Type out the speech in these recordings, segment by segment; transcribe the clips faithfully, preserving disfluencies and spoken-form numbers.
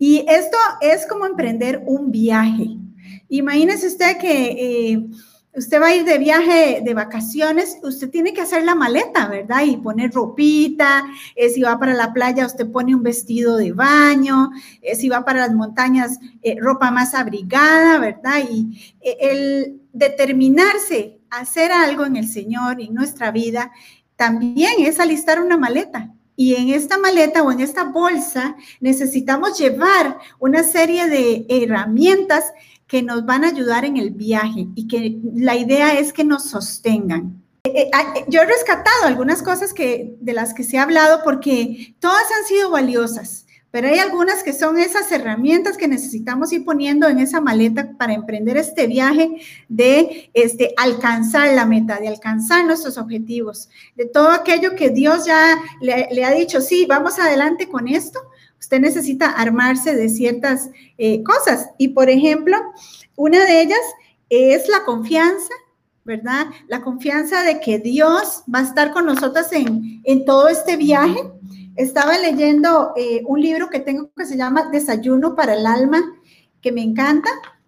Y esto es como emprender un viaje. Imagínese usted que eh, usted va a ir de viaje, de vacaciones, usted tiene que hacer la maleta, ¿verdad? Y poner ropita, eh, si va para la playa, usted pone un vestido de baño, eh, si va para las montañas, eh, ropa más abrigada, ¿verdad? Y eh, el determinarse a hacer algo en el Señor y en nuestra vida, también es alistar una maleta. Y en esta maleta o en esta bolsa necesitamos llevar una serie de herramientas que nos van a ayudar en el viaje y que la idea es que nos sostengan. Eh, eh, yo he rescatado algunas cosas que, de las que se ha hablado porque todas han sido valiosas, pero hay algunas que son esas herramientas que necesitamos ir poniendo en esa maleta para emprender este viaje de este, alcanzar la meta, de alcanzar nuestros objetivos, de todo aquello que Dios ya le, le ha dicho, sí, vamos adelante con esto. Usted necesita armarse de ciertas eh, cosas y, por ejemplo, una de ellas es la confianza, ¿verdad? La confianza de que Dios va a estar con nosotros en, en todo este viaje. Estaba leyendo eh, un libro que tengo que se llama Desayuno para el Alma, que me encanta.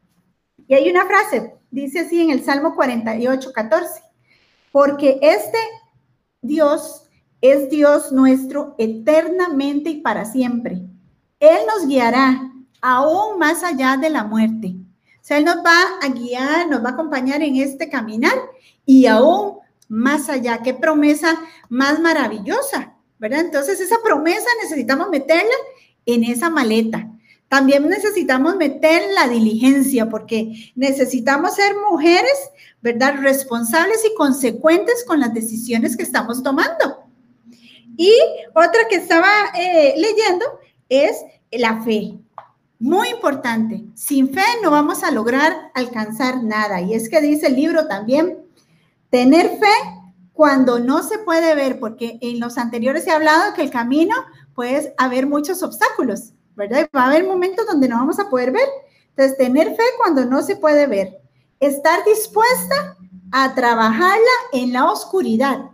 Y hay una frase, dice así en el Salmo cuarenta y ocho, catorce, porque este Dios es Dios nuestro eternamente y para siempre. Él nos guiará aún más allá de la muerte. O sea, Él nos va a guiar, nos va a acompañar en este caminar y aún más allá. Qué promesa más maravillosa, ¿verdad? Entonces, esa promesa necesitamos meterla en esa maleta. También necesitamos meter la diligencia porque necesitamos ser mujeres, ¿verdad? Responsables y consecuentes con las decisiones que estamos tomando. Y otra que estaba eh, leyendo es la fe. Muy importante. Sin fe no vamos a lograr alcanzar nada. Y es que dice el libro también, tener fe cuando no se puede ver, porque en los anteriores he hablado que el camino puede haber muchos obstáculos, ¿verdad? Va a haber momentos donde no vamos a poder ver. Entonces, tener fe cuando no se puede ver. Estar dispuesta a trabajarla en la oscuridad.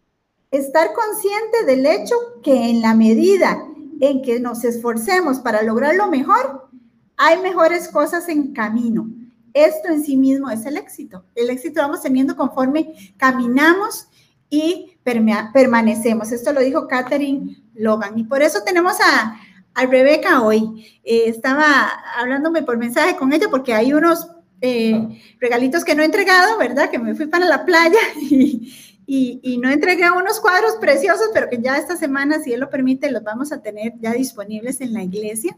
Estar consciente del hecho que en la medida en que nos esforcemos para lograr lo mejor, hay mejores cosas en camino. Esto en sí mismo es el éxito. El éxito vamos teniendo conforme caminamos y permanecemos. Esto lo dijo Catherine Logan. Y por eso tenemos a, a Rebeca hoy. Eh, estaba hablándome por mensaje con ella porque hay unos eh, regalitos que no he entregado, ¿verdad? Que me fui para la playa y... Y, y no entregué unos cuadros preciosos, pero que ya esta semana, si Él lo permite, los vamos a tener ya disponibles en la iglesia.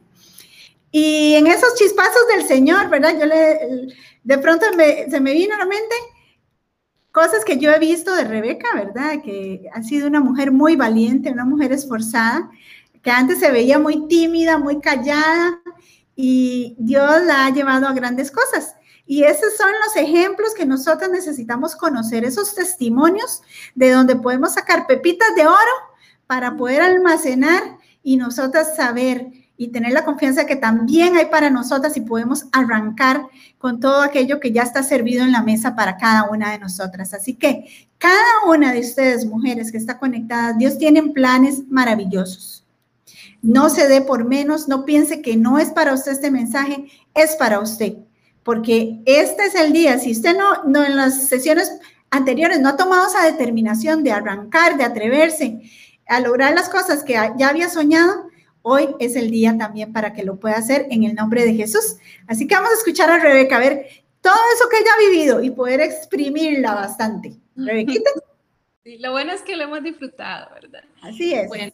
Y en esos chispazos del Señor, ¿verdad? Yo le, de pronto me, se me vino a la mente cosas que yo he visto de Rebeca, ¿verdad? Que ha sido una mujer muy valiente, una mujer esforzada, que antes se veía muy tímida, muy callada, y Dios la ha llevado a grandes cosas. Y esos son los ejemplos que nosotros necesitamos conocer, esos testimonios de donde podemos sacar pepitas de oro para poder almacenar y nosotras saber y tener la confianza que también hay para nosotras y podemos arrancar con todo aquello que ya está servido en la mesa para cada una de nosotras. Así que cada una de ustedes, mujeres que está conectada, Dios tiene planes maravillosos. No se dé por menos, no piense que no es para usted este mensaje, es para usted. Porque este es el día, si usted no, no en las sesiones anteriores no ha tomado esa determinación de arrancar, de atreverse a lograr las cosas que ya había soñado, hoy es el día también para que lo pueda hacer en el nombre de Jesús. Así que vamos a escuchar a Rebeca, a ver todo eso que ella ha vivido y poder exprimirla bastante. Rebequita. Sí, lo bueno es que lo hemos disfrutado, ¿verdad? Así es. Bueno.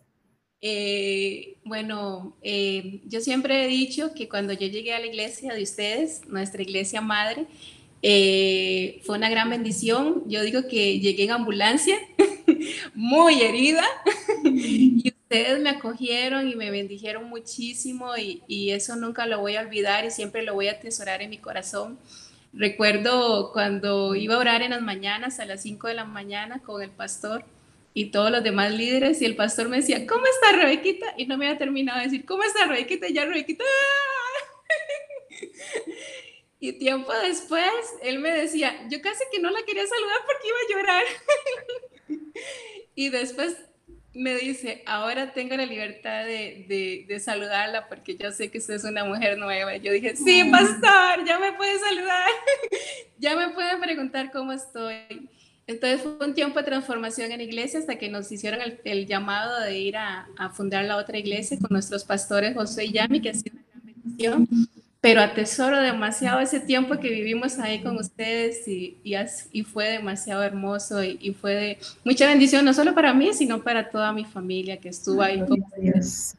Eh, bueno, eh, yo siempre he dicho que cuando yo llegué a la iglesia de ustedes, nuestra iglesia madre, eh, fue una gran bendición. Yo digo que llegué en ambulancia, muy herida, y ustedes me acogieron y me bendijeron muchísimo y, y eso nunca lo voy a olvidar y siempre lo voy a atesorar en mi corazón. Recuerdo cuando iba a orar en las mañanas, a las cinco de la mañana con el pastor y todos los demás líderes, y el pastor me decía, ¿cómo está Rebequita? Y no me había terminado de decir, ¿cómo está Rebequita? Y ya Rebequita, ¡ah! Y tiempo después, él me decía, yo casi que no la quería saludar porque iba a llorar. Y después me dice, ahora tengo la libertad de, de, de saludarla porque yo sé que usted es una mujer nueva. Y yo dije, sí, pastor, ya me puede saludar, ya me puede preguntar cómo estoy. Entonces fue un tiempo de transformación en la iglesia hasta que nos hicieron el, el llamado de ir a, a fundar la otra iglesia con nuestros pastores José y Yami, que ha sido una gran bendición. Pero atesoro demasiado ese tiempo que vivimos ahí con ustedes y, y, y fue demasiado hermoso y, y fue de mucha bendición, no solo para mí, sino para toda mi familia que estuvo ahí con ustedes.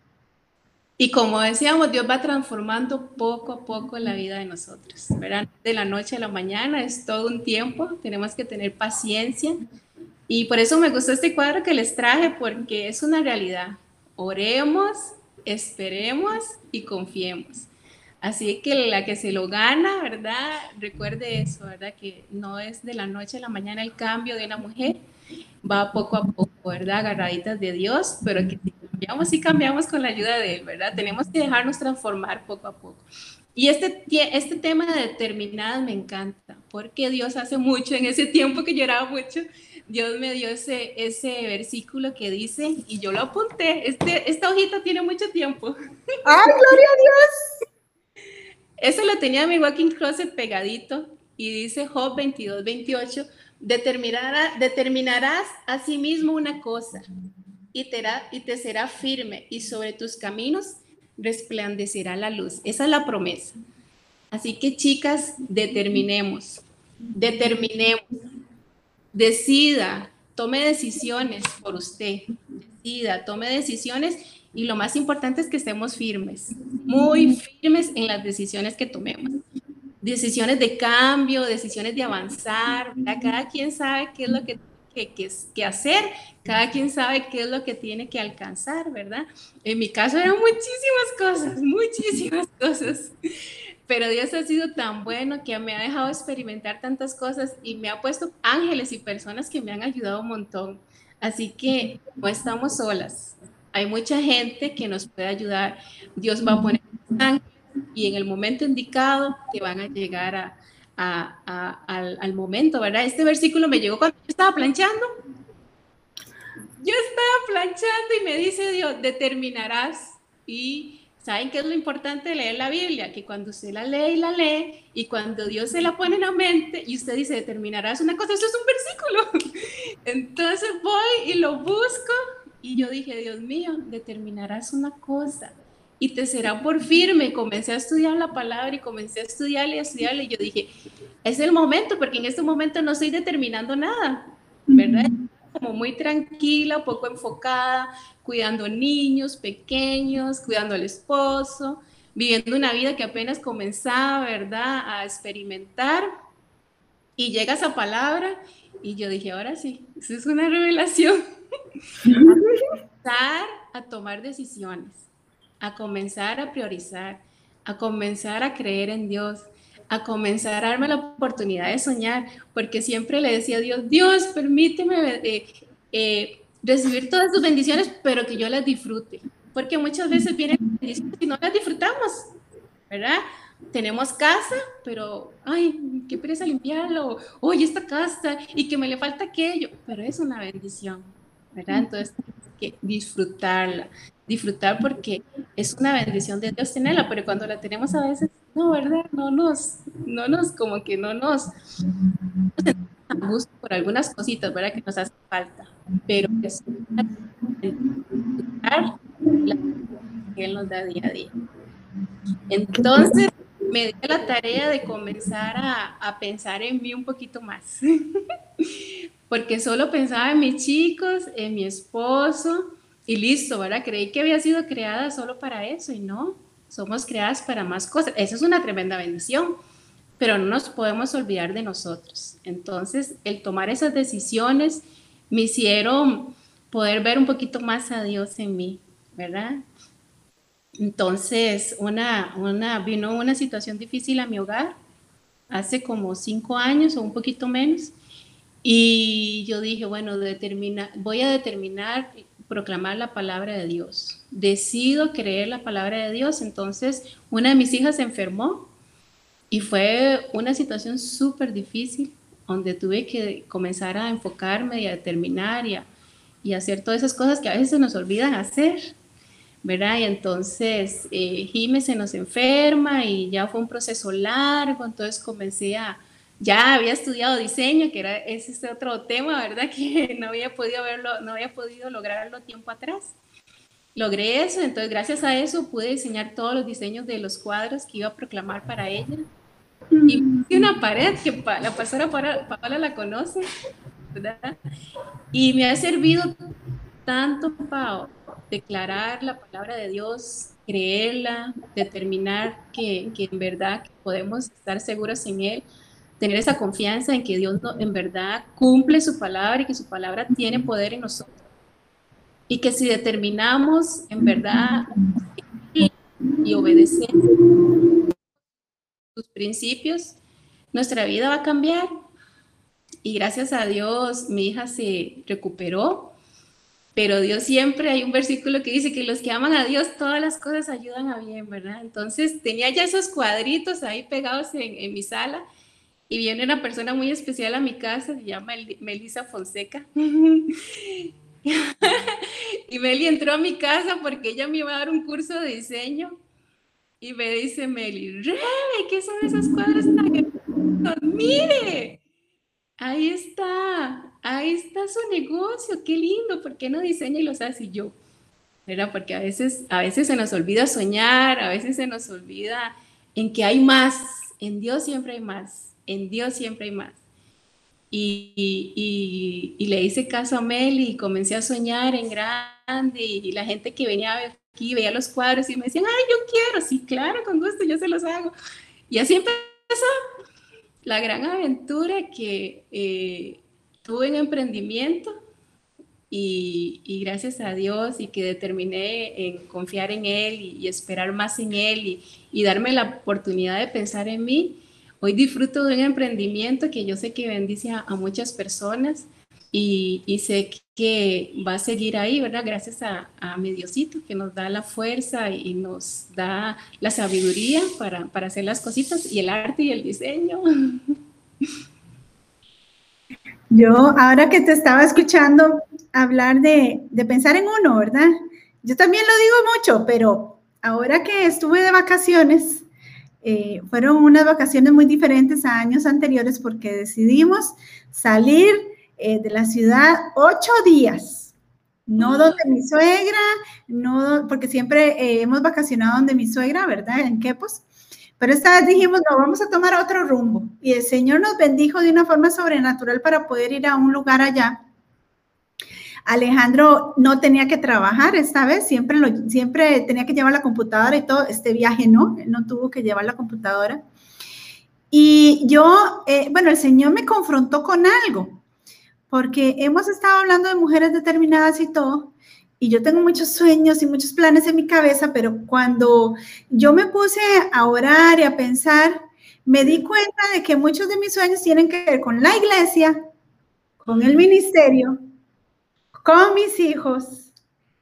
Y como decíamos, Dios va transformando poco a poco la vida de nosotros, ¿verdad? De la noche a la mañana es todo un tiempo, tenemos que tener paciencia y por eso me gustó este cuadro que les traje porque es una realidad. Oremos, esperemos y confiemos. Así que la que se lo gana, ¿verdad? Recuerde eso, ¿verdad? Que no es de la noche a la mañana el cambio de una mujer, va poco a poco, ¿verdad? Agarraditas de Dios, pero que si cambiamos y cambiamos con la ayuda de Él, ¿verdad? Tenemos que dejarnos transformar poco a poco. Y este, este tema de determinadas me encanta, porque Dios hace mucho, en ese tiempo que lloraba mucho, Dios me dio ese, ese versículo que dice, y yo lo apunté, este, esta hojita tiene mucho tiempo. ¡Ay, gloria a Dios! Eso lo tenía mi walking closet pegadito y dice Job veintidós, veintiocho, determinará, determinarás a sí mismo una cosa y te, y te será firme y sobre tus caminos resplandecerá la luz. Esa es la promesa. Así que chicas, determinemos, determinemos, decida, tome decisiones por usted, decida, tome decisiones y lo más importante es que estemos firmes, muy firmes en las decisiones que tomemos. Decisiones de cambio, decisiones de avanzar, ¿verdad? Cada quien sabe qué es lo que tiene que, que, que hacer, cada quien sabe qué es lo que tiene que alcanzar, ¿verdad? En mi caso eran muchísimas cosas, muchísimas cosas, pero Dios ha sido tan bueno que me ha dejado experimentar tantas cosas y me ha puesto ángeles y personas que me han ayudado un montón. Así que no estamos solas. Hay mucha gente que nos puede ayudar. Dios va a poner ángeles y en el momento indicado que van a llegar a, a, a, al, al momento, ¿verdad? Este versículo me llegó cuando yo estaba planchando. Yo estaba planchando y me dice Dios, determinarás. Y ¿saben qué es lo importante de leer la Biblia? Que cuando usted la lee y la lee, y cuando Dios se la pone en la mente, y usted dice, determinarás una cosa, eso es un versículo. Entonces voy y lo busco, y yo dije, Dios mío, determinarás una cosa, y te será por firme. Y comencé a estudiar la palabra, y comencé a estudiarle y a estudiarle, y yo dije, es el momento, porque en este momento no estoy determinando nada, ¿verdad? Como muy tranquila, poco enfocada, cuidando niños pequeños, cuidando al esposo, viviendo una vida que apenas comenzaba, ¿verdad?, a experimentar. Y llega esa palabra y yo dije, ahora sí, eso es una revelación. A comenzar a tomar decisiones, a comenzar a priorizar, a comenzar a creer en Dios, a comenzar a darme la oportunidad de soñar, porque siempre le decía a Dios, Dios, permíteme eh, eh, recibir todas tus bendiciones, pero que yo las disfrute, porque muchas veces vienen bendiciones y no las disfrutamos, ¿verdad? Tenemos casa, pero, ay, qué pereza limpiarlo, oye, esta casa, y que me le falta aquello, pero es una bendición, ¿verdad? Entonces, hay que disfrutarla, disfrutar porque es una bendición de Dios tenerla, pero cuando la tenemos a veces, no, ¿verdad? No nos, no nos, como que no nos, no nos sentimos a gusto por algunas cositas, ¿verdad? Que nos hace falta, pero es disfrutar la que Él nos da día a día. Entonces, me di la tarea de comenzar a, a pensar en mí un poquito más, porque solo pensaba en mis chicos, en mi esposo, y listo, ¿verdad? Creí que había sido creada solo para eso, y no, somos creadas para más cosas. Eso es una tremenda bendición, pero no nos podemos olvidar de nosotros. Entonces, el tomar esas decisiones me hicieron poder ver un poquito más a Dios en mí, ¿verdad? Entonces, una, una, vino una situación difícil a mi hogar hace como cinco años o un poquito menos, y yo dije, bueno, determina, voy a determinar proclamar la palabra de Dios. Decido creer la palabra de Dios. Entonces, una de mis hijas se enfermó y fue una situación súper difícil, donde tuve que comenzar a enfocarme y a determinar y a, y hacer todas esas cosas que a veces se nos olvidan hacer, ¿verdad? Y entonces eh, Jime se nos enferma y ya fue un proceso largo, entonces comencé a, ya había estudiado diseño, que era ese es otro tema, ¿verdad? Que no había podido verlo, no había podido lograrlo tiempo atrás. Logré eso, entonces gracias a eso pude diseñar todos los diseños de los cuadros que iba a proclamar para ella. Y una pared que la pastora Paola la conoce, ¿verdad? Y me ha servido tanto, Pao, declarar la palabra de Dios, creerla, determinar que, que en verdad podemos estar seguros en Él, tener esa confianza en que Dios no, en verdad cumple su palabra y que su palabra tiene poder en nosotros. Y que si determinamos en verdad y obedecer sus principios, nuestra vida va a cambiar. Y gracias a Dios mi hija se recuperó, pero Dios siempre, hay un versículo que dice que los que aman a Dios todas las cosas ayudan a bien, ¿verdad? Entonces tenía ya esos cuadritos ahí pegados en, en mi sala y viene una persona muy especial a mi casa, se llama Melissa Fonseca. Y Meli entró a mi casa porque ella me iba a dar un curso de diseño y me dice Meli, Rebe, ¿qué son esos cuadros tan hermosos? Mire, ahí está, ahí está su negocio, qué lindo, ¿por qué no diseña y los hace? Y yo, ¿verdad? Porque a veces, a veces se nos olvida soñar, a veces se nos olvida en que hay más, en Dios siempre hay más, en Dios siempre hay más. Y, y, y le hice caso a Meli y comencé a soñar en grande y la gente que venía aquí veía los cuadros y me decían, ay, yo quiero, sí, claro, con gusto, yo se los hago. Y así empezó la gran aventura que eh, tuve en emprendimiento y, y gracias a Dios y que determiné en confiar en Él y, y esperar más en Él y, y darme la oportunidad de pensar en mí. Hoy disfruto de un emprendimiento que yo sé que bendice a, a muchas personas y, y sé que va a seguir ahí, ¿verdad? Gracias a, a mi Diosito que nos da la fuerza y nos da la sabiduría para, para hacer las cositas y el arte y el diseño. Yo, ahora que te estaba escuchando hablar de, de pensar en uno, ¿verdad? Yo también lo digo mucho, pero ahora que estuve de vacaciones, eh, fueron unas vacaciones muy diferentes a años anteriores porque decidimos salir eh, de la ciudad ocho días, no donde mi suegra, no, porque siempre eh, hemos vacacionado donde mi suegra, ¿verdad? En Quepos. Pero esta vez dijimos, no, vamos a tomar otro rumbo. Y el Señor nos bendijo de una forma sobrenatural para poder ir a un lugar allá. Alejandro no tenía que trabajar esta vez, siempre, lo, siempre tenía que llevar la computadora y todo. Este viaje no, él no tuvo que llevar la computadora. Y yo, eh, bueno, el Señor me confrontó con algo, porque hemos estado hablando de mujeres determinadas y todo, y yo tengo muchos sueños y muchos planes en mi cabeza, pero cuando yo me puse a orar y a pensar, me di cuenta de que muchos de mis sueños tienen que ver con la iglesia, con el ministerio, con mis hijos,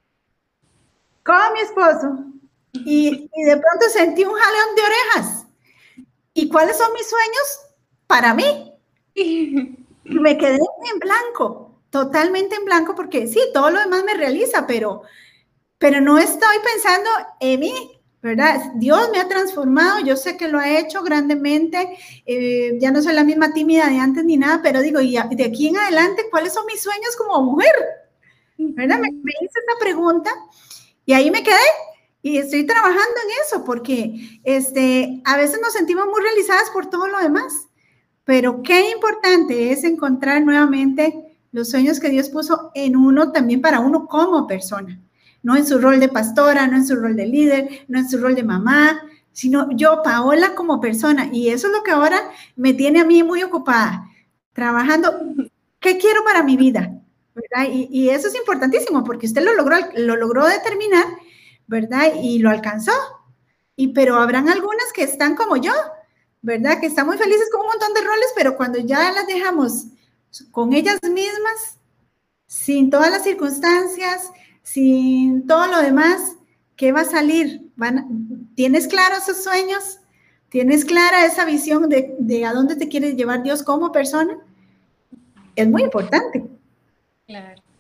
con mi esposo, y, y de pronto sentí un jalón de orejas. ¿Y cuáles son mis sueños para mí? Y me quedé en blanco, totalmente en blanco, porque sí, todo lo demás me realiza, pero, pero no estoy pensando en mí, ¿verdad? Dios me ha transformado, yo sé que lo ha hecho grandemente, eh, ya no soy la misma tímida de antes ni nada, pero digo, y de aquí en adelante, ¿cuáles son mis sueños como mujer? ¿Verdad? Me, me hice esa pregunta y ahí me quedé. Y estoy trabajando en eso porque este, a veces nos sentimos muy realizadas por todo lo demás, pero qué importante es encontrar nuevamente los sueños que Dios puso en uno también para uno como persona, no en su rol de pastora, no en su rol de líder, no en su rol de mamá, sino yo, Paola, como persona. Y eso es lo que ahora me tiene a mí muy ocupada, trabajando, ¿qué quiero para mi vida? ¿Verdad? Y, y eso es importantísimo porque usted lo logró, lo logró determinar, ¿verdad? Y lo alcanzó. Y, pero habrán algunas que están como yo, ¿verdad? Que están muy felices con un montón de roles, pero cuando ya las dejamos con ellas mismas, sin todas las circunstancias, sin todo lo demás, ¿qué va a salir? Van, ¿tienes claros esos sueños? ¿Tienes clara esa visión de, de a dónde te quiere llevar Dios como persona? Es muy importante. Claro, claro.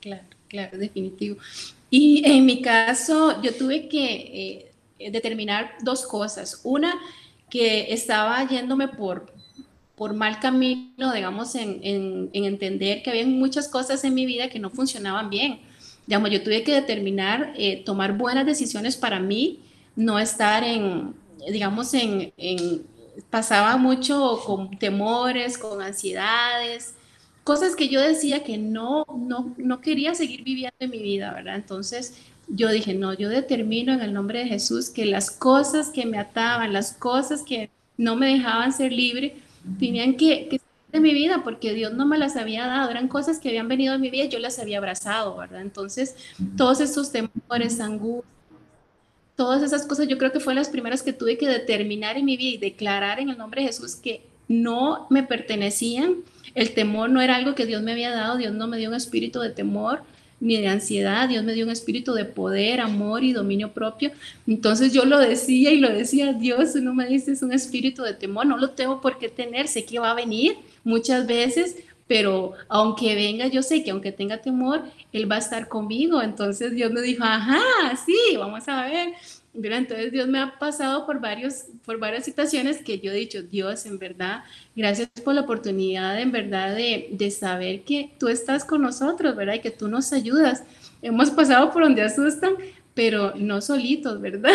claro, definitivo. Y en mi caso, yo tuve que eh, determinar dos cosas. Una, que estaba yéndome por, por mal camino, digamos, en, en, en entender que había muchas cosas en mi vida que no funcionaban bien. Digamos, yo tuve que determinar, eh, tomar buenas decisiones para mí, no estar en, digamos, en, en, pasaba mucho con temores, con ansiedades, cosas que yo decía que no, no, no quería seguir viviendo en mi vida, ¿verdad? Entonces yo dije, no, yo determino en el nombre de Jesús que las cosas que me ataban, las cosas que no me dejaban ser libre, tenían que, que de mi vida, porque Dios no me las había dado, eran cosas que habían venido a mi vida y yo las había abrazado, ¿verdad? Entonces, todos esos temores, angustias, todas esas cosas, yo creo que fueron las primeras que tuve que determinar en mi vida y declarar en el nombre de Jesús que no me pertenecían. El temor no era algo que Dios me había dado, Dios no me dio un espíritu de temor ni de ansiedad, Dios me dio un espíritu de poder, amor y dominio propio. Entonces yo lo decía y lo decía, Dios, no me dices un espíritu de temor, no lo tengo por qué tener, sé que va a venir muchas veces, pero aunque venga, yo sé que aunque tenga temor, Él va a estar conmigo. Entonces Dios me dijo, ajá, sí, vamos a ver. Pero entonces Dios me ha pasado por, varios, por varias situaciones que yo he dicho, Dios, en verdad, gracias por la oportunidad, en verdad, de, de saber que tú estás con nosotros, ¿verdad? Y que tú nos ayudas. Hemos pasado por donde asustan, pero no solitos, ¿verdad?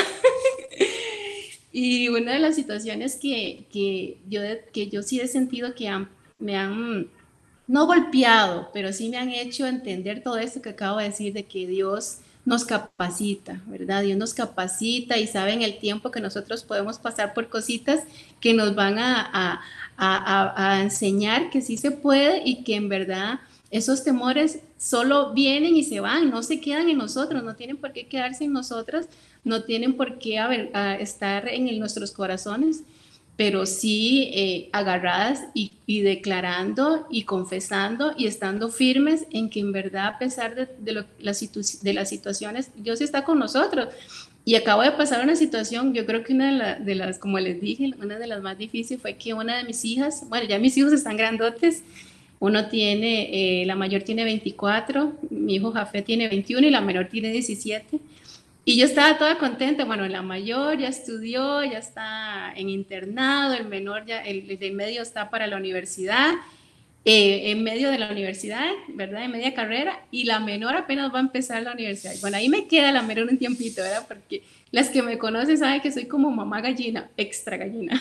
Y una de las situaciones que, que, yo, que yo sí he sentido que han, me han no golpeado, pero sí me han hecho entender todo esto que acabo de decir, de que Dios nos capacita, ¿verdad? Dios nos capacita y sabe en el tiempo que nosotros podemos pasar por cositas que nos van a, a, a, a enseñar que sí se puede y que en verdad esos temores solo vienen y se van, no se quedan en nosotros, no tienen por qué quedarse en nosotros, no tienen por qué haber, a estar en el, nuestros corazones, pero sí eh, agarradas y, y declarando y confesando y estando firmes en que en verdad, a pesar de, de, lo, las, de las situaciones, Dios está con nosotros. Y acabo de pasar una situación, yo creo que una de, la, de las, como les dije, una de las más difíciles fue que una de mis hijas, bueno, ya mis hijos están grandotes, uno tiene, eh, la mayor tiene veinticuatro, mi hijo Jafé tiene veintiuno y la menor tiene diecisiete. Y yo estaba toda contenta, bueno, la mayor ya estudió, ya está en internado, el menor ya, el, el de medio está para la universidad, eh, en medio de la universidad, ¿verdad? En media carrera, y la menor apenas va a empezar la universidad. Bueno, ahí me queda la menor un tiempito, ¿verdad? Porque las que me conocen saben que soy como mamá gallina, extra gallina.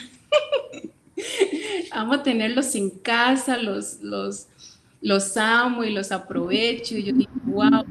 Amo tenerlos en casa, los, los, los amo y los aprovecho, y yo digo, wow,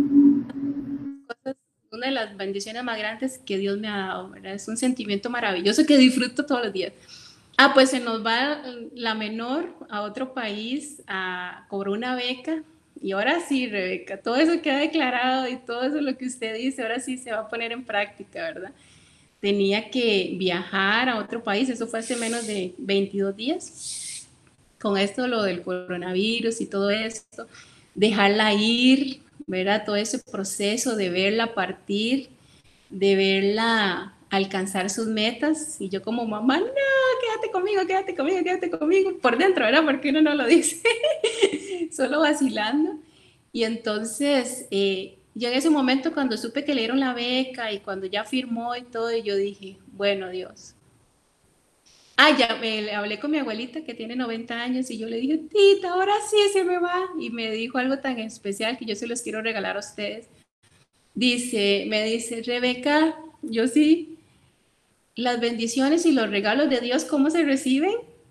una de las bendiciones más grandes que Dios me ha dado, ¿verdad? Es un sentimiento maravilloso que disfruto todos los días. Ah, pues se nos va la menor a otro país a cobrar una beca. Y ahora sí, Rebeca, todo eso que ha declarado y todo eso lo que usted dice, ahora sí se va a poner en práctica, ¿verdad? Tenía que viajar a otro país, eso fue hace menos de veintidós días, con esto lo del coronavirus y todo esto, dejarla ir, ¿verdad? Todo ese proceso de verla partir, de verla alcanzar sus metas, y yo como mamá, no, quédate conmigo, quédate conmigo, quédate conmigo, por dentro, ¿verdad? Porque uno no lo dice, solo vacilando. Y entonces, eh, yo en ese momento cuando supe que le dieron la beca y cuando ya firmó y todo, yo dije, bueno, Dios. Ah, ya me hablé con mi abuelita que tiene noventa años y yo le dije, tita, ahora sí se me va. Y me dijo algo tan especial que yo se los quiero regalar a ustedes. Dice, me dice, Rebeca, yo sí, las bendiciones y los regalos de Dios, ¿cómo se reciben?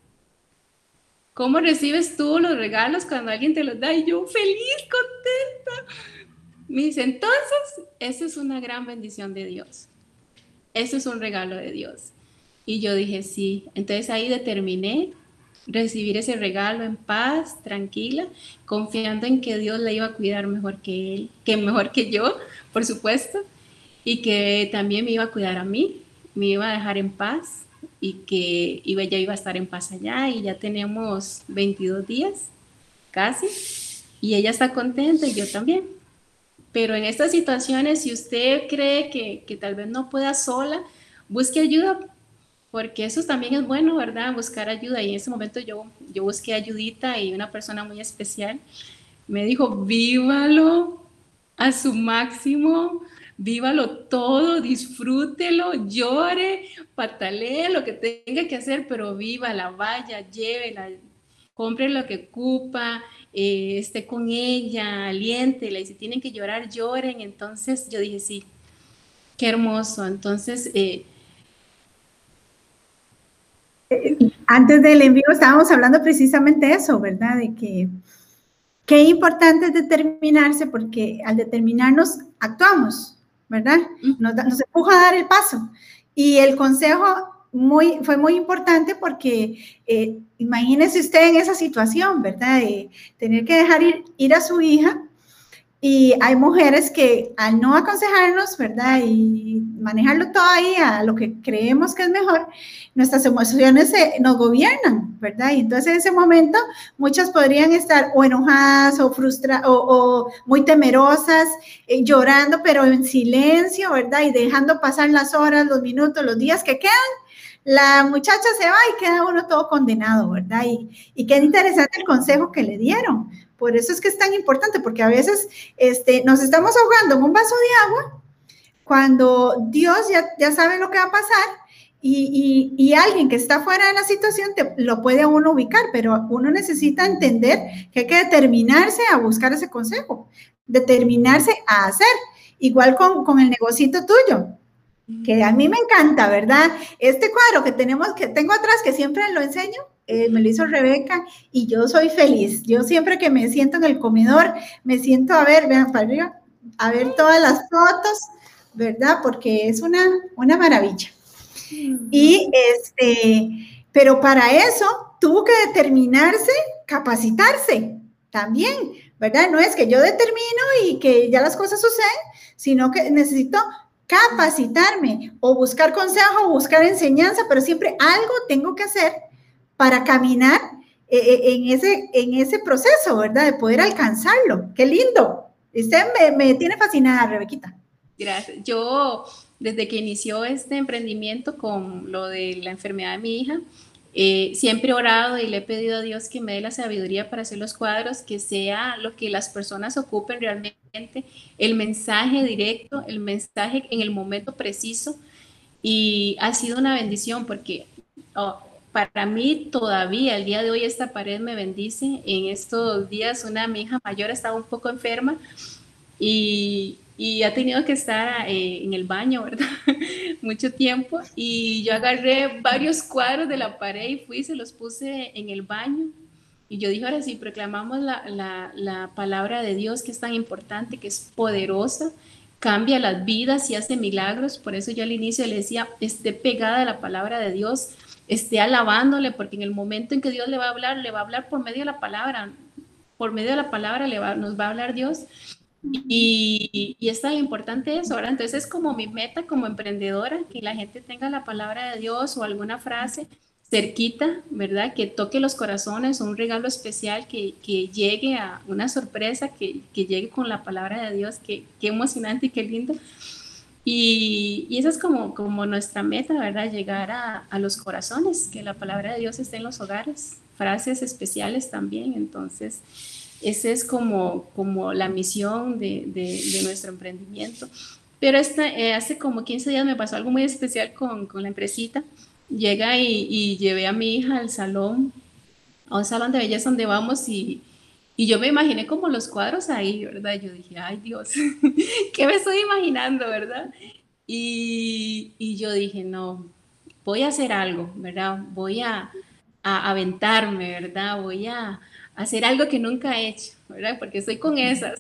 ¿Cómo recibes tú los regalos cuando alguien te los da? Y yo feliz, contenta. Me dice, entonces, eso es una gran bendición de Dios. Eso es un regalo de Dios. Y yo dije, sí. Entonces ahí determiné recibir ese regalo en paz, tranquila, confiando en que Dios la iba a cuidar mejor que él, que mejor que yo, por supuesto, y que también me iba a cuidar a mí, me iba a dejar en paz y que iba, ya iba a estar en paz allá. Y ya tenemos veintidós días, casi, y ella está contenta y yo también. Pero en estas situaciones, si usted cree que, que tal vez no pueda sola, busque ayuda, porque eso también es bueno, ¿verdad? Buscar ayuda. Y en ese momento yo, yo busqué ayudita y una persona muy especial me dijo, vívalo, a su máximo, vívalo todo, disfrútelo, llore, patalee lo que tenga que hacer, pero vívala, vaya, llévela, compre lo que ocupa, eh, esté con ella, aliéntela, y si tienen que llorar, lloren. Entonces yo dije, sí, qué hermoso. Entonces, eh, Antes del envío estábamos hablando precisamente de eso, ¿verdad? De que qué importante es determinarse, porque al determinarnos actuamos, ¿verdad? Nos, da, nos empuja a dar el paso. Y el consejo muy, fue muy importante porque eh, imagínese usted en esa situación, ¿verdad? De tener que dejar ir, ir a su hija. Y hay mujeres que al no aconsejarnos, ¿verdad? Y manejarlo todo ahí a lo que creemos que es mejor, nuestras emociones se, nos gobiernan, ¿verdad? Y entonces en ese momento muchas podrían estar o enojadas o frustradas o, o muy temerosas, eh, llorando, pero en silencio, ¿verdad? Y dejando pasar las horas, los minutos, los días que quedan. La muchacha se va y queda uno todo condenado, ¿verdad? Y, y qué interesante el consejo que le dieron. Por eso es que es tan importante, porque a veces este, nos estamos ahogando en un vaso de agua cuando Dios ya, ya sabe lo que va a pasar y, y, y alguien que está fuera de la situación te, lo puede uno ubicar, pero uno necesita entender que hay que determinarse a buscar ese consejo, determinarse a hacer, igual con, con el negocito tuyo, que a mí me encanta, ¿verdad? Este cuadro que tenemos, que tengo atrás, que siempre lo enseño, eh, me lo hizo Rebeca y yo soy feliz. Yo siempre que me siento en el comedor, me siento a ver, vean para arriba, a ver todas las fotos, ¿verdad? Porque es una, una maravilla. Y este, pero para eso tuvo que determinarse, capacitarse también, ¿verdad? No es que yo determino y que ya las cosas suceden, sino que necesito capacitarme o buscar consejo o buscar enseñanza, pero siempre algo tengo que hacer para caminar eh, en, ese, en ese proceso, ¿verdad? De poder alcanzarlo. ¡Qué lindo! Usted me, me tiene fascinada, Rebequita. Gracias. Yo, desde que inició este emprendimiento con lo de la enfermedad de mi hija, eh, siempre he orado y le he pedido a Dios que me dé la sabiduría para hacer los cuadros, que sea lo que las personas ocupen realmente, el mensaje directo, el mensaje en el momento preciso. Y ha sido una bendición porque oh, para mí todavía, el día de hoy, esta pared me bendice. En estos días, una mi hija mayor estaba un poco enferma y, y ha tenido que estar eh, en el baño, ¿verdad? Mucho tiempo. Y yo agarré varios cuadros de la pared y fui y se los puse en el baño. Y yo dije, ahora sí, proclamamos la, la, la palabra de Dios, que es tan importante, que es poderosa, cambia las vidas y hace milagros. Por eso yo al inicio le decía, esté pegada a la palabra de Dios, esté alabándole, porque en el momento en que Dios le va a hablar, le va a hablar por medio de la palabra. Por medio de la palabra le va, nos va a hablar Dios. Y, y es tan importante eso, ¿verdad? Entonces es como mi meta como emprendedora, que la gente tenga la palabra de Dios o alguna frase cerquita, ¿verdad? Que toque los corazones, o un regalo especial que, que llegue a una sorpresa, que, que llegue con la palabra de Dios, que, qué emocionante y qué lindo. Y, y esa es como, como nuestra meta, ¿verdad? Llegar a, a los corazones, que la palabra de Dios esté en los hogares, frases especiales también, entonces... Esa es como, como la misión de, de, de nuestro emprendimiento. Pero esta, eh, hace como quince días me pasó algo muy especial con, con la empresita. Llega y, y llevé a mi hija al salón, a un salón de belleza donde vamos y, y yo me imaginé como los cuadros ahí, ¿verdad? Yo dije, ay Dios, ¿qué me estoy imaginando, verdad? Y, y yo dije, no, voy a hacer algo, ¿verdad? Voy a, a aventarme, ¿verdad? Voy a hacer algo que nunca he hecho, ¿verdad? Porque estoy con esas.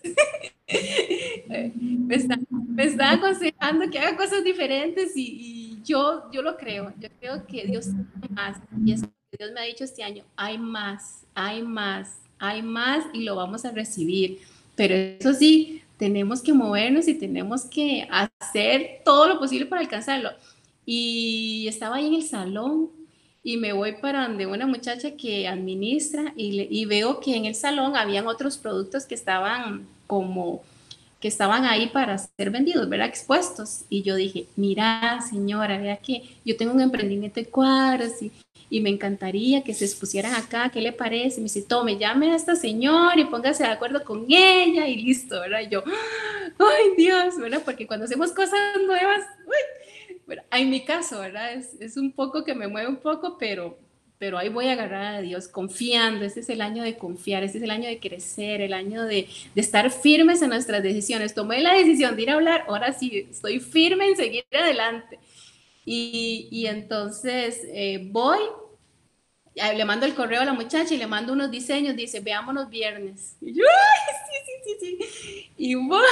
me, está, me está aconsejando que haga cosas diferentes y, y, yo, yo lo creo. Yo creo que Dios tiene más. Y es lo que Dios me ha dicho este año. Hay más, hay más, hay más y lo vamos a recibir. Pero eso sí, tenemos que movernos y tenemos que hacer todo lo posible para alcanzarlo. Y estaba ahí en el salón y me voy para donde una muchacha que administra y, le, y veo que en el salón habían otros productos que estaban como que estaban ahí para ser vendidos, ¿verdad? Expuestos. Y yo dije, mira, señora, vea que yo tengo un emprendimiento de cuadros y, y me encantaría que se expusieran acá, ¿qué le parece? Y me dice, tome, llame a esta señora y póngase de acuerdo con ella y listo, ¿verdad? Y yo, ay, Dios, ¿verdad? Porque cuando hacemos cosas nuevas, uy, bueno, en mi caso, ¿verdad? Es, es un poco que me mueve un poco, pero... pero ahí voy a agarrar a Dios confiando. Este es el año de confiar, este es el año de crecer, el año de, de estar firmes en nuestras decisiones. Tomé la decisión de ir a hablar, ahora sí, estoy firme en seguir adelante. Y, y entonces eh, voy, le mando el correo a la muchacha y le mando unos diseños, dice, veámonos viernes. Y yo, ¡ay, sí, sí, sí, sí! Y voy,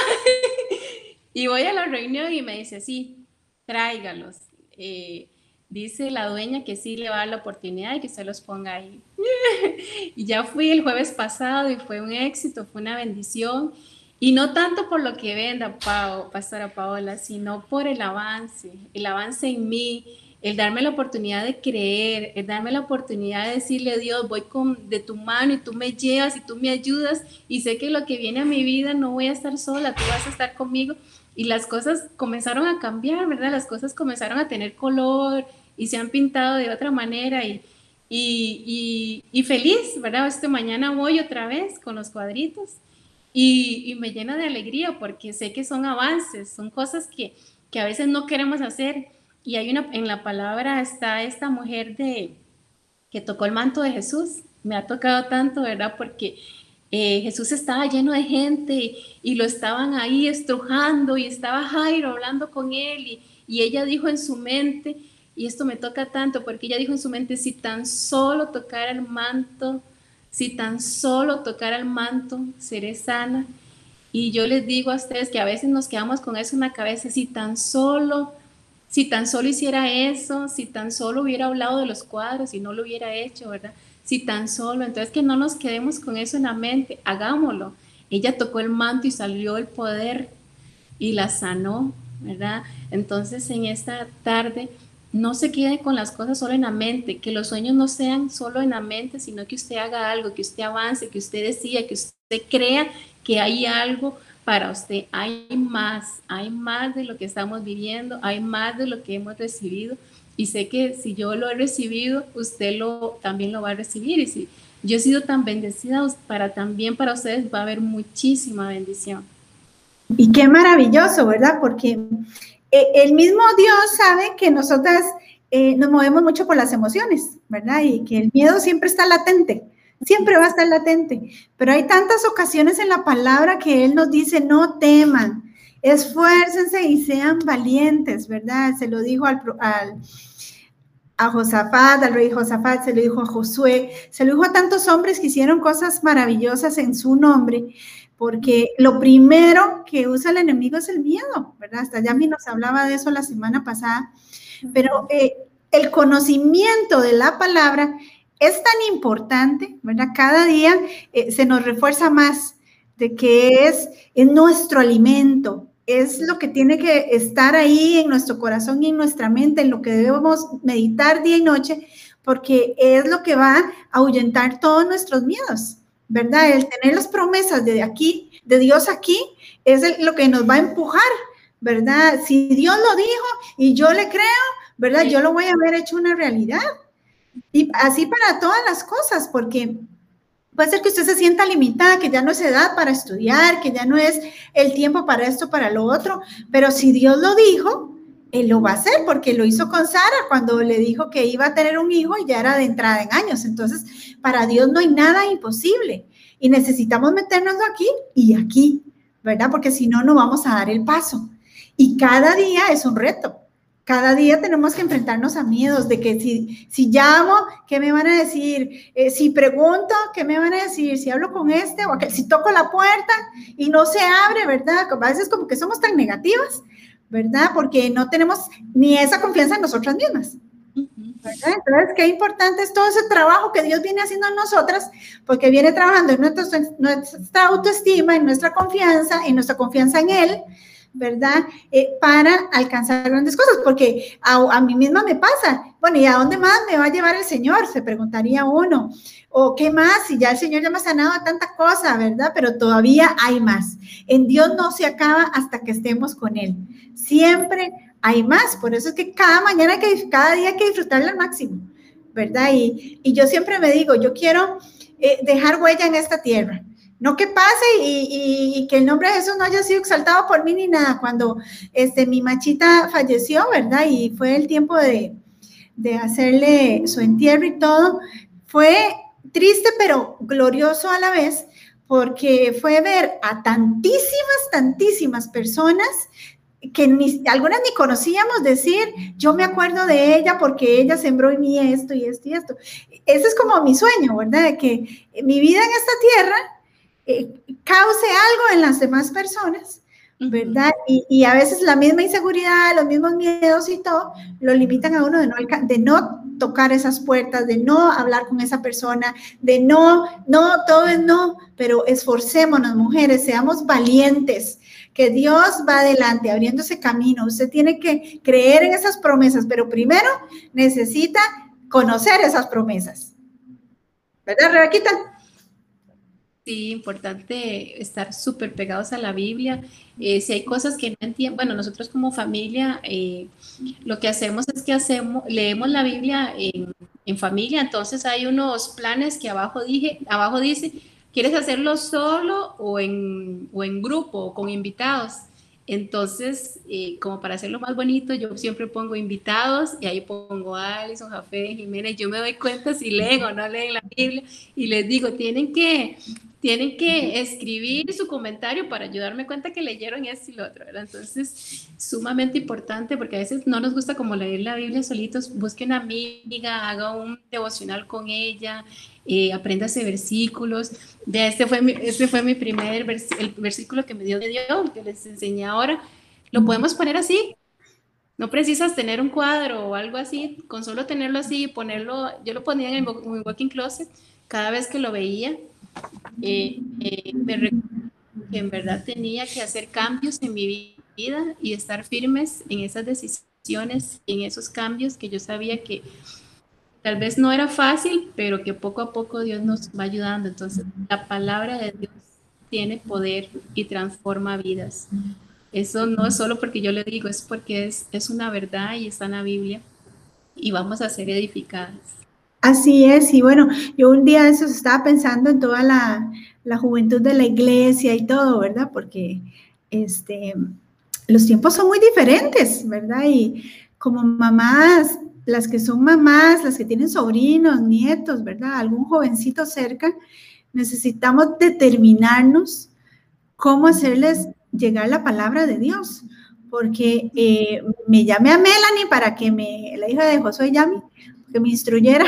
y voy a la reunión y me dice, sí, tráigalos. Eh, Dice la dueña que sí le va a dar la oportunidad y que se los ponga ahí. Y ya fui el jueves pasado y fue un éxito, fue una bendición. Y no tanto por lo que venda, Pao, Pastora Paola, sino por el avance, el avance en mí, el darme la oportunidad de creer, el darme la oportunidad de decirle a Dios, voy con, de tu mano y tú me llevas y tú me ayudas y sé que lo que viene a mi vida no voy a estar sola, tú vas a estar conmigo. Y las cosas comenzaron a cambiar, ¿verdad? Las cosas comenzaron a tener color y se han pintado de otra manera y, y, y, y feliz, ¿verdad? Este mañana voy otra vez con los cuadritos y, y me llena de alegría porque sé que son avances, son cosas que, que a veces no queremos hacer. Y hay una, en la palabra está esta mujer de, que tocó el manto de Jesús. Me ha tocado tanto, ¿verdad? Porque eh, Jesús estaba lleno de gente y, y lo estaban ahí estrujando y estaba Jairo hablando con él y, y ella dijo en su mente, y esto me toca tanto porque ella dijo en su mente, si tan solo tocara el manto, si tan solo tocara el manto, seré sana. Y yo les digo a ustedes que a veces nos quedamos con eso en la cabeza, si tan solo, si tan solo hiciera eso, si tan solo hubiera hablado de los cuadros y no lo hubiera hecho, ¿verdad? Si tan solo, entonces que no nos quedemos con eso en la mente, hagámoslo. Ella tocó el manto y salió el poder y la sanó, ¿verdad? Entonces en esta tarde no se quede con las cosas solo en la mente, que los sueños no sean solo en la mente, sino que usted haga algo, que usted avance, que usted decida, que usted crea que hay algo para usted. Hay más, hay más de lo que estamos viviendo, hay más de lo que hemos recibido. Y sé que si yo lo he recibido, usted lo, también lo va a recibir. Y si yo he sido tan bendecida, para, también para ustedes va a haber muchísima bendición. Y qué maravilloso, ¿verdad? Porque el mismo Dios sabe que nosotras eh, nos movemos mucho por las emociones, ¿verdad? Y que el miedo siempre está latente, siempre va a estar latente. Pero hay tantas ocasiones en la palabra que Él nos dice, no teman, esfuércense y sean valientes, ¿verdad? Se lo dijo al, al, a Josafat, al rey Josafat, se lo dijo a Josué, se lo dijo a tantos hombres que hicieron cosas maravillosas en su nombre, porque lo primero que usa el enemigo es el miedo, ¿verdad? Hasta Yami nos hablaba de eso la semana pasada, pero eh, el conocimiento de la palabra es tan importante, ¿verdad? Cada día eh, se nos refuerza más de que es, es nuestro alimento, es lo que tiene que estar ahí en nuestro corazón y en nuestra mente, en lo que debemos meditar día y noche, porque es lo que va a ahuyentar todos nuestros miedos, ¿verdad? El tener las promesas de aquí, de Dios aquí, es el, lo que nos va a empujar, ¿verdad? Si Dios lo dijo y yo le creo, ¿verdad? Yo lo voy a ver hecho una realidad. Y así para todas las cosas, porque puede ser que usted se sienta limitada, que ya no es edad para estudiar, que ya no es el tiempo para esto, para lo otro, pero si Dios lo dijo, Él lo va a hacer, porque lo hizo con Sara cuando le dijo que iba a tener un hijo y ya era de entrada en años. Entonces, para Dios no hay nada imposible y necesitamos meternos aquí y aquí, ¿verdad? Porque si no, no vamos a dar el paso. Y cada día es un reto. Cada día tenemos que enfrentarnos a miedos de que si, si llamo, ¿qué me van a decir? Eh, si pregunto, ¿qué me van a decir? Si hablo con este o aquel, si toco la puerta y no se abre, ¿verdad? A veces como que somos tan negativas, ¿verdad? Porque no tenemos ni esa confianza en nosotras mismas, ¿verdad? Entonces, qué importante es todo ese trabajo que Dios viene haciendo en nosotras, porque viene trabajando en nuestra, nuestra autoestima, en nuestra confianza, en nuestra confianza en Él, ¿verdad? Eh, para alcanzar grandes cosas, porque a, a mí misma me pasa. Bueno, ¿y a dónde más me va a llevar el Señor? Se preguntaría uno. O ¿qué más? Si ya el Señor ya me ha sanado a tanta cosa, ¿verdad? Pero todavía hay más. En Dios no se acaba hasta que estemos con Él. Siempre hay más. Por eso es que cada mañana, hay que, cada día hay que disfrutarlo al máximo, ¿verdad? Y, y yo siempre me digo, yo quiero eh, dejar huella en esta tierra. No que pase y, y, y que el nombre de Jesús no haya sido exaltado por mí ni nada. Cuando este, mi machita falleció, ¿verdad? Y fue el tiempo de, de hacerle su entierro y todo, fue triste pero glorioso a la vez, porque fue ver a tantísimas, tantísimas personas que ni, algunas ni conocíamos decir, yo me acuerdo de ella porque ella sembró en mí esto y esto y esto. Ese es como mi sueño, ¿verdad? De que mi vida en esta tierra eh, cause algo en las demás personas, ¿verdad? Y, y a veces la misma inseguridad, los mismos miedos y todo, lo limitan a uno de no, de no tocar esas puertas, de no hablar con esa persona, de no, no, todo es no, pero esforcémonos, mujeres, seamos valientes, que Dios va adelante, abriendo ese camino. Usted tiene que creer en esas promesas, pero primero necesita conocer esas promesas. ¿Verdad, Rebequita? Sí, importante estar súper pegados a la Biblia. Eh, si hay cosas que no entiendo, bueno, nosotros como familia, eh, lo que hacemos es que hacemos, leemos la Biblia en, en familia, entonces hay unos planes que abajo, dije, abajo dice, ¿quieres hacerlo solo o en, o en grupo o con invitados? Entonces, eh, como para hacerlo más bonito, yo siempre pongo invitados y ahí pongo a Alison, Jafé, Jiménez. Yo me doy cuenta si leen o no leen la Biblia y les digo, tienen que, tienen que escribir su comentario para ayudarme cuenta que leyeron esto y lo otro, ¿verdad? Entonces, sumamente importante porque a veces no nos gusta como leer la Biblia solitos. Busquen una amiga, haga un devocional con ella, eh, apréndase versículos. De este fue mi, este fue mi primer vers, el versículo que me dio de Dios, que les enseñé ahora. Lo podemos poner así. No precisas tener un cuadro o algo así, con solo tenerlo así y ponerlo, yo lo ponía en mi walking closet cada vez que lo veía. Eh, eh, me recuerdo que en verdad tenía que hacer cambios en mi vida y estar firmes en esas decisiones, en esos cambios que yo sabía que tal vez no era fácil, pero que poco a poco Dios nos va ayudando. Entonces, la palabra de Dios tiene poder y transforma vidas. Eso no es solo porque yo le digo, es porque es, es una verdad y está en la Biblia y vamos a ser edificadas. Así es, y bueno, yo un día de esos estaba pensando en toda la, la juventud de la iglesia y todo, ¿verdad? Porque este, los tiempos son muy diferentes, ¿verdad? Y como mamás, las que son mamás, las que tienen sobrinos, nietos, ¿verdad? Algún jovencito cerca, necesitamos determinarnos cómo hacerles llegar la palabra de Dios. Porque eh, me llamé a Melanie para que me, la hija de Josué Yami, que me instruyera.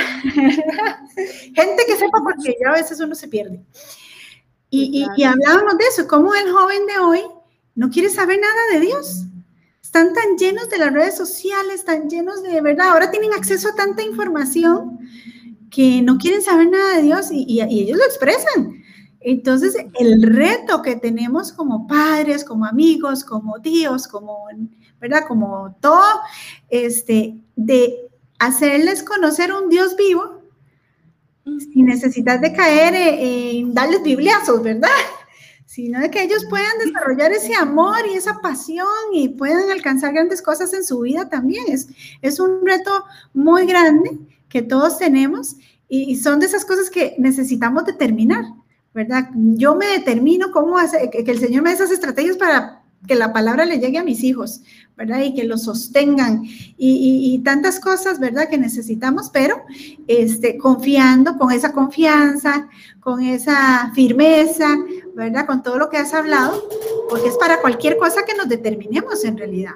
Gente que sepa, porque ya a veces uno se pierde. Y, y, y hablábamos de eso, cómo el joven de hoy no quiere saber nada de Dios. Están tan llenos de las redes sociales, tan llenos de verdad, ahora tienen acceso a tanta información que no quieren saber nada de Dios y, y, y ellos lo expresan. Entonces, el reto que tenemos como padres, como amigos, como tíos, como, ¿verdad? Como todo, este, de hacerles conocer un Dios vivo sin necesidad de caer en darles bibliazos, ¿verdad? Sino de que ellos puedan desarrollar ese amor y esa pasión y puedan alcanzar grandes cosas en su vida también. Es, es un reto muy grande que todos tenemos y, y son de esas cosas que necesitamos determinar, ¿verdad? Yo me determino cómo hacer, que, que el Señor me dé esas estrategias para que la palabra le llegue a mis hijos, ¿verdad? Y que los sostengan y, y, y tantas cosas, ¿verdad? Que necesitamos, pero este, confiando, con esa confianza, con esa firmeza, ¿verdad? Con todo lo que has hablado, porque es para cualquier cosa que nos determinemos en realidad.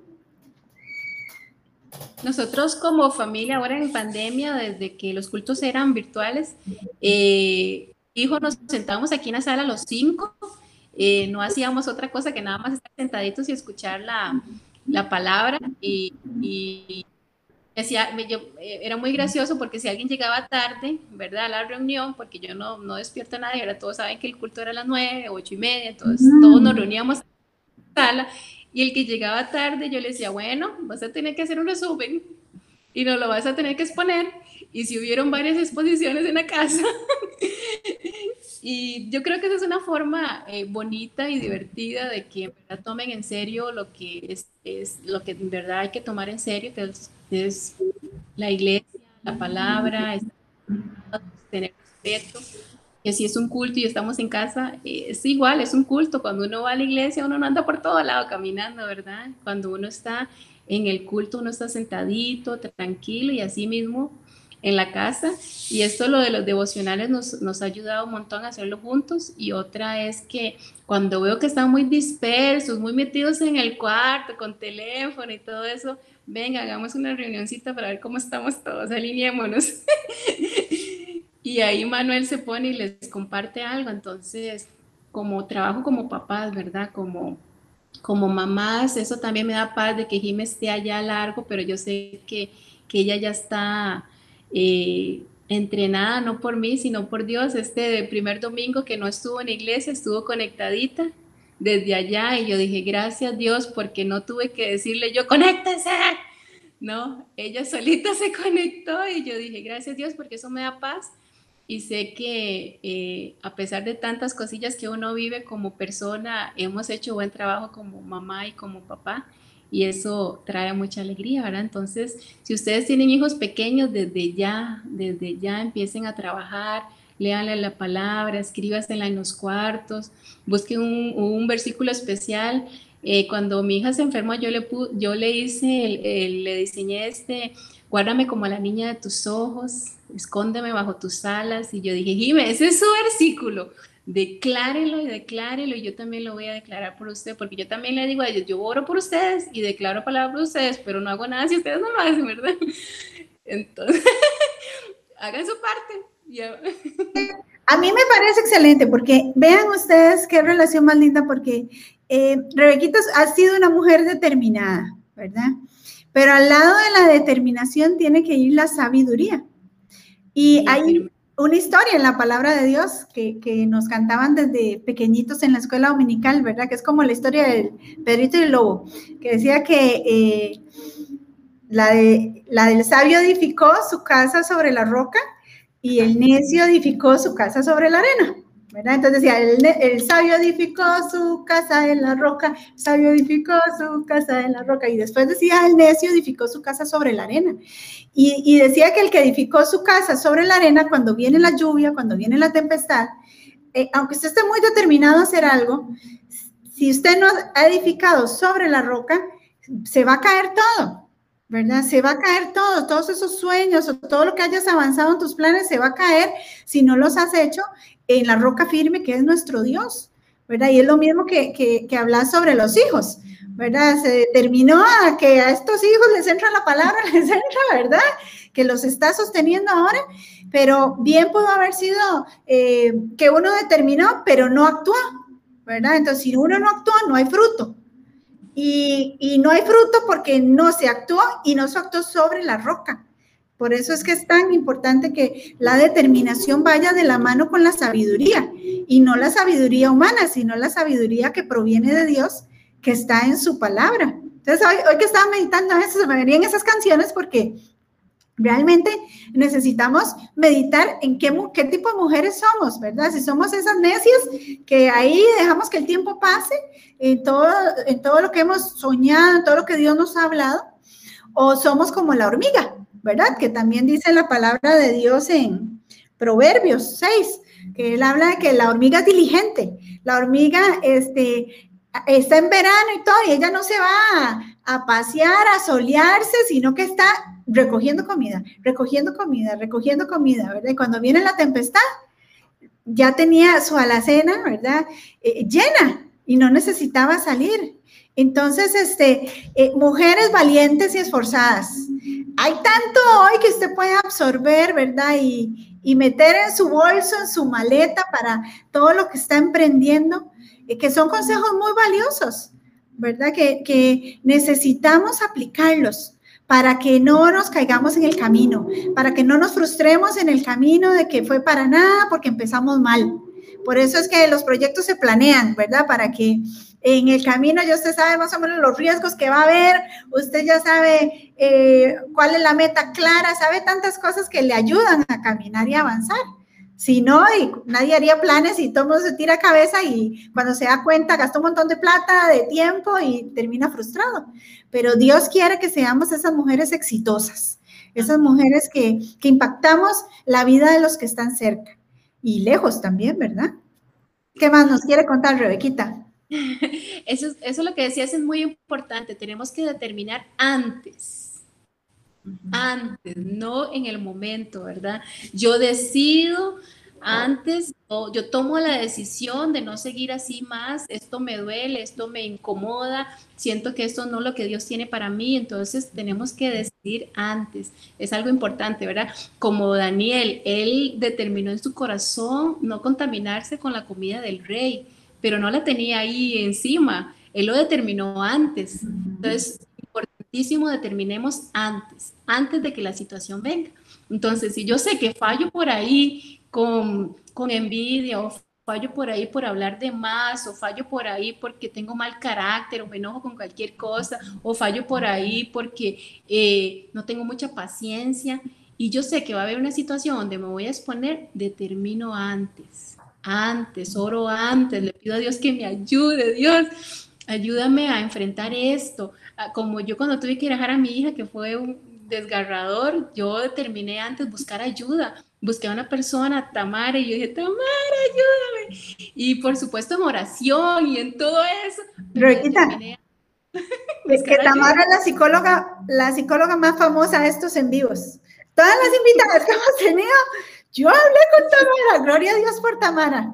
Nosotros como familia, ahora en pandemia, desde que los cultos eran virtuales, eh, hijo, nos sentábamos aquí en la sala los cinco, eh, no hacíamos otra cosa que nada más estar sentaditos y escuchar la, la palabra y, y decía, yo, eh, era muy gracioso porque si alguien llegaba tarde, ¿verdad? A la reunión, porque yo no, no despierto a nadie, ahora todos saben que el culto era a las nueve, ocho y media, entonces mm. todos nos reuníamos sala, y el que llegaba tarde yo le decía, bueno, vas a tener que hacer un resumen y no lo vas a tener que exponer, y si hubieron varias exposiciones en la casa. Y yo creo que esa es una forma eh, bonita y divertida de que en verdad tomen en serio lo que es, es lo que en verdad hay que tomar en serio, que es, es la iglesia, la palabra, es tener respeto, que si es un culto y estamos en casa, es igual, es un culto. Cuando uno va a la iglesia, uno no anda por todo lado caminando, ¿verdad? Cuando uno está en el culto, uno está sentadito, tranquilo, y así mismo en la casa. Y esto, lo de los devocionales, nos, nos ha ayudado un montón a hacerlo juntos. Y otra es que cuando veo que están muy dispersos, muy metidos en el cuarto, con teléfono y todo eso, venga, hagamos una reunioncita para ver cómo estamos todos, alineémonos. Y ahí Manuel se pone y les comparte algo. Entonces, como trabajo como papás, ¿verdad? Como, como mamás, eso también me da paz de que Jimé esté allá largo, pero yo sé que, que ella ya está eh, entrenada, no por mí, sino por Dios. Este primer domingo que no estuvo en la iglesia, estuvo conectadita desde allá, y yo dije, gracias Dios, porque no tuve que decirle yo, conéctense. No, ella solita se conectó, y yo dije, gracias Dios, porque eso me da paz. Y sé que eh, a pesar de tantas cosillas que uno vive como persona, hemos hecho buen trabajo como mamá y como papá, y eso trae mucha alegría, ¿verdad? Entonces, si ustedes tienen hijos pequeños, desde ya, desde ya empiecen a trabajar, léanle la palabra, escríbasela en los cuartos, busquen un, un versículo especial. Eh, cuando mi hija se enfermó, yo le, yo le hice, el, el, le diseñé este, guárdame como la niña de tus ojos, escóndeme bajo tus alas. Y yo dije, Jimé, ese es su versículo, declárelo y declárelo, y yo también lo voy a declarar por usted, porque yo también le digo a ellos, yo oro por ustedes y declaro palabra por ustedes, pero no hago nada si ustedes no lo hacen, ¿verdad? Entonces, hagan su parte. Yeah. A mí me parece excelente, porque vean ustedes qué relación más linda, porque eh, Rebequita ha sido una mujer determinada, ¿verdad? Pero al lado de la determinación tiene que ir la sabiduría. Y hay una historia en la palabra de Dios que, que nos cantaban desde pequeñitos en la escuela dominical, ¿verdad? Que es como la historia del Pedrito y el Lobo, que decía que eh, la, de, la del sabio edificó su casa sobre la roca y el necio edificó su casa sobre la arena, ¿verdad? Entonces decía, el, el sabio edificó su casa en la roca, el sabio edificó su casa en la roca, y después decía, el necio edificó su casa sobre la arena. Y, y decía que el que edificó su casa sobre la arena, cuando viene la lluvia, cuando viene la tempestad, eh, aunque usted esté muy determinado a hacer algo, si usted no ha edificado sobre la roca, se va a caer todo, ¿verdad? Se va a caer todo, todos esos sueños o todo lo que hayas avanzado en tus planes se va a caer si no los has hecho en la roca firme que es nuestro Dios, ¿verdad? Y es lo mismo que, que, que hablas sobre los hijos, ¿verdad? Se determinó a que a estos hijos les entra la palabra, les entra, ¿verdad? Que los está sosteniendo ahora, pero bien pudo haber sido eh, que uno determinó, pero no actuó, ¿verdad? Entonces, si uno no actúa, no hay fruto. Y, y no hay fruto porque no se actuó y no se actuó sobre la roca. Por eso es que es tan importante que la determinación vaya de la mano con la sabiduría, y no la sabiduría humana, sino la sabiduría que proviene de Dios, que está en su palabra. Entonces, hoy, hoy que estaba meditando eso, se me venían esas canciones porque realmente necesitamos meditar en qué, qué tipo de mujeres somos, ¿verdad? Si somos esas necias que ahí dejamos que el tiempo pase en todo, en todo lo que hemos soñado, en todo lo que Dios nos ha hablado, o somos como la hormiga, ¿verdad? Que también dice la palabra de Dios en Proverbios seis, que él habla de que la hormiga es diligente, la hormiga este, está en verano y todo, y ella no se va a, a pasear, a solearse, sino que está recogiendo comida, recogiendo comida, recogiendo comida, ¿verdad? Y cuando viene la tempestad, ya tenía su alacena, ¿verdad? Eh, llena, y no necesitaba salir. Entonces, este, eh, mujeres valientes y esforzadas. Hay tanto hoy que usted puede absorber, ¿verdad? Y, y meter en su bolso, en su maleta para todo lo que está emprendiendo, eh, que son consejos muy valiosos, ¿verdad? Que, que necesitamos aplicarlos para que no nos caigamos en el camino, para que no nos frustremos en el camino de que fue para nada porque empezamos mal. Por eso es que los proyectos se planean, ¿verdad? Para que en el camino ya usted sabe más o menos los riesgos que va a haber, usted ya sabe eh, cuál es la meta clara, sabe tantas cosas que le ayudan a caminar y avanzar. Si no, y nadie haría planes y todo el mundo se tira a cabeza y cuando se da cuenta gastó un montón de plata, de tiempo y termina frustrado. Pero Dios quiere que seamos esas mujeres exitosas, esas mujeres que, que impactamos la vida de los que están cerca y lejos también, ¿verdad? ¿Qué más nos quiere contar, Rebequita? Eso, eso lo que decías es muy importante. Tenemos que determinar antes, antes, no en el momento, ¿verdad? Yo decido antes, o yo tomo la decisión de no seguir así más, esto me duele, esto me incomoda, siento que esto no es lo que Dios tiene para mí, entonces tenemos que decidir antes, es algo importante, ¿verdad? Como Daniel, él determinó en su corazón no contaminarse con la comida del rey, pero no la tenía ahí encima, él lo determinó antes, entonces importantísimo determinemos antes, antes de que la situación venga. Entonces, si yo sé que fallo por ahí con, con envidia o fallo por ahí por hablar de más o fallo por ahí porque tengo mal carácter o me enojo con cualquier cosa o fallo por ahí porque eh, no tengo mucha paciencia y yo sé que va a haber una situación donde me voy a exponer, determino antes, antes, oro antes, le pido a Dios que me ayude, Dios, ayúdame a enfrentar esto. Como yo cuando tuve que dejar a mi hija, que fue un desgarrador, yo determiné antes buscar ayuda. Busqué a una persona, Tamara, y yo dije, Tamara, ayúdame. Y por supuesto en oración y en todo eso. Rebequita, es que Tamara es la psicóloga, la psicóloga más famosa de estos en vivos. Todas las invitadas que hemos tenido, yo hablé con Tamara, gloria a Dios por Tamara.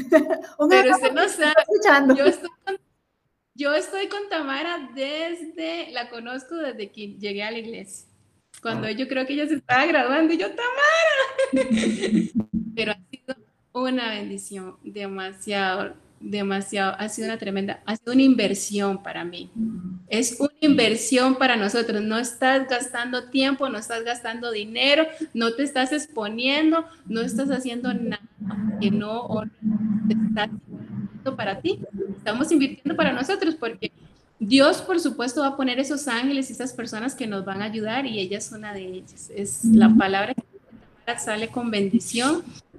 Pero usted no sabe, yo estoy, con, yo estoy con Tamara desde, la conozco desde que llegué a la iglesia. Cuando yo creo que ella se estaba graduando y yo, Tamara. Pero ha sido una bendición, demasiado, demasiado, ha sido una tremenda, ha sido una inversión para mí. Es una inversión para nosotros, no estás gastando tiempo, no estás gastando dinero, no te estás exponiendo, no estás haciendo nada que no o te estás invirtiendo para ti, estamos invirtiendo para nosotros porque Dios, por supuesto, va a poner esos ángeles y esas personas que nos van a ayudar y ella es una de ellas. Es la palabra que sale con bendición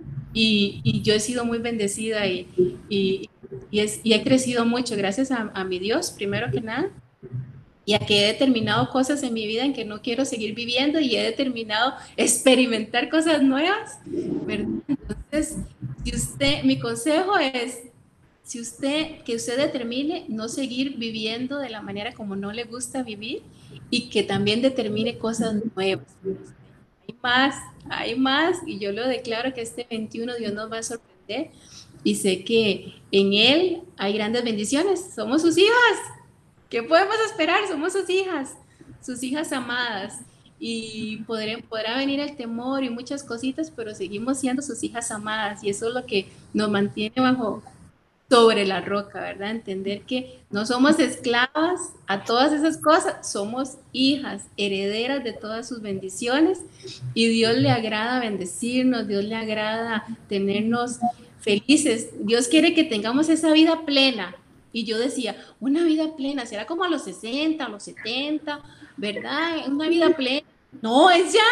y, y yo he sido muy bendecida y, y, y, es, y he crecido mucho gracias a, a mi Dios, primero que nada, y a que he determinado cosas en mi vida en que no quiero seguir viviendo y he determinado experimentar cosas nuevas, ¿verdad? Entonces, si usted, mi consejo es, si usted, que usted determine no seguir viviendo de la manera como no le gusta vivir y que también determine cosas nuevas. Hay más, hay más y yo lo declaro que este veintiuno Dios nos va a sorprender y sé que en Él hay grandes bendiciones. Somos sus hijas. ¿Qué podemos esperar? Somos sus hijas, sus hijas amadas. Y podré, podrá venir el temor y muchas cositas, pero seguimos siendo sus hijas amadas y eso es lo que nos mantiene bajo sobre la roca, ¿verdad? Entender que no somos esclavas a todas esas cosas, somos hijas, herederas de todas sus bendiciones y Dios le agrada bendecirnos, Dios le agrada tenernos felices, Dios quiere que tengamos esa vida plena. Y yo decía, una vida plena, ¿será como a los sesenta, a los setenta, verdad? Una vida plena. No, es ya.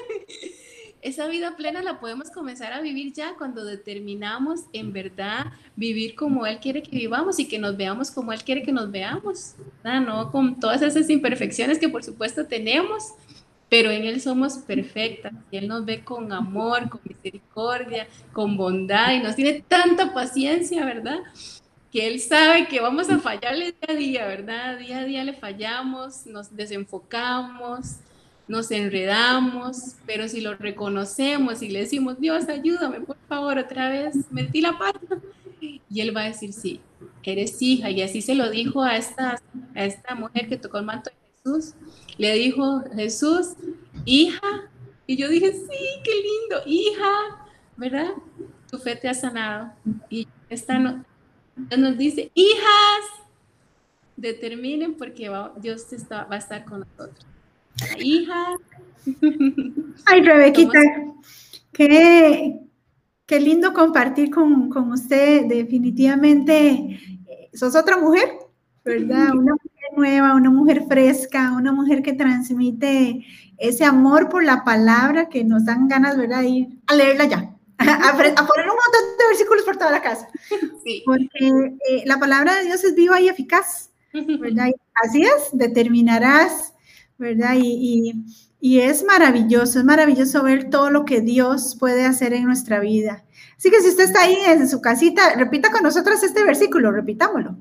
Esa vida plena la podemos comenzar a vivir ya cuando determinamos en verdad vivir como Él quiere que vivamos y que nos veamos como Él quiere que nos veamos, ¿verdad? No con todas esas imperfecciones que por supuesto tenemos, pero en Él somos perfectas y Él nos ve con amor, con misericordia, con bondad y nos tiene tanta paciencia, ¿verdad? Que Él sabe que vamos a fallarle día a día, ¿verdad? Día a día le fallamos, nos desenfocamos, nos enredamos, pero si lo reconocemos y le decimos, Dios, ayúdame, por favor, otra vez, metí la pata, y Él va a decir, sí, eres hija, y así se lo dijo a esta, a esta mujer que tocó el manto de Jesús, le dijo Jesús, hija, y yo dije, sí, qué lindo, hija, ¿verdad? Tu fe te ha sanado, y esta no, Dios nos dice, hijas, determinen porque va, Dios está, va a estar con nosotros. Hija. Ay, Rebequita, qué, qué lindo compartir con, con usted. Definitivamente, sos otra mujer, ¿verdad? Una mujer nueva, una mujer fresca, una mujer que transmite ese amor por la palabra que nos dan ganas, ¿verdad? De ir a leerla ya, a, a poner un montón de versículos por toda la casa. Sí. Porque eh, la palabra de Dios es viva y eficaz, ¿verdad? Y así es, determinarás, ¿verdad? Y, y, y es maravilloso, es maravilloso ver todo lo que Dios puede hacer en nuestra vida. Así que si usted está ahí en su casita, repita con nosotros este versículo, repitámoslo.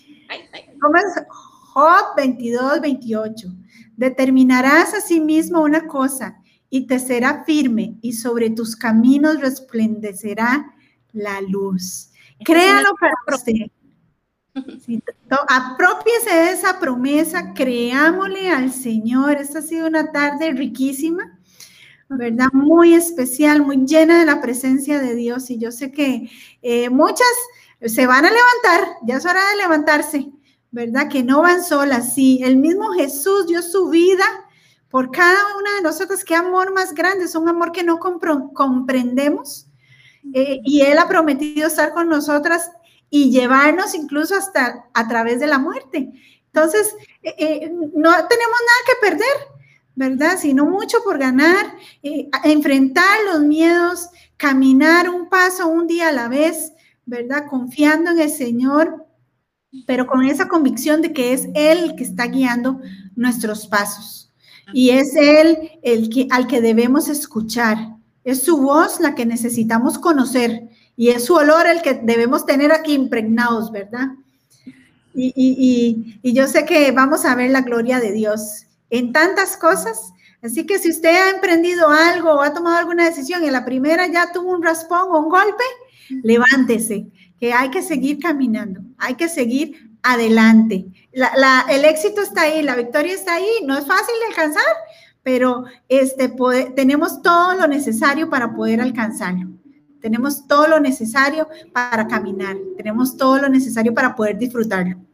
Job veintidós, veintiocho. Determinarás a sí mismo una cosa y te será firme y sobre tus caminos resplandecerá la luz. Créalo para usted. Sí, apropiese de esa promesa, creámosle al Señor. Esta ha sido una tarde riquísima, ¿verdad? Muy especial, muy llena de la presencia de Dios, y yo sé que eh, muchas se van a levantar, ya es hora de levantarse, ¿verdad? Que no van solas. Sí, el mismo Jesús dio su vida por cada una de nosotros. Qué amor más grande, es un amor que no comprendemos, eh, y Él ha prometido estar con nosotras y llevarnos incluso hasta a través de la muerte. Entonces, eh, eh, no tenemos nada que perder, ¿verdad? Sino mucho por ganar, eh, enfrentar los miedos, caminar un paso, un día a la vez, ¿verdad? Confiando en el Señor, pero con esa convicción de que es Él el que está guiando nuestros pasos. Y es Él el que, al que debemos escuchar. Es su voz la que necesitamos conocer, y es su olor el que debemos tener aquí impregnados, ¿verdad? Y, y, y, y yo sé que vamos a ver la gloria de Dios en tantas cosas. Así que si usted ha emprendido algo o ha tomado alguna decisión y en la primera ya tuvo un raspón o un golpe, levántese, que hay que seguir caminando, hay que seguir adelante. La, la, el éxito está ahí, la victoria está ahí, no es fácil de alcanzar, pero este, poder, tenemos todo lo necesario para poder alcanzarlo. Tenemos todo lo necesario para caminar, tenemos todo lo necesario para poder disfrutarlo.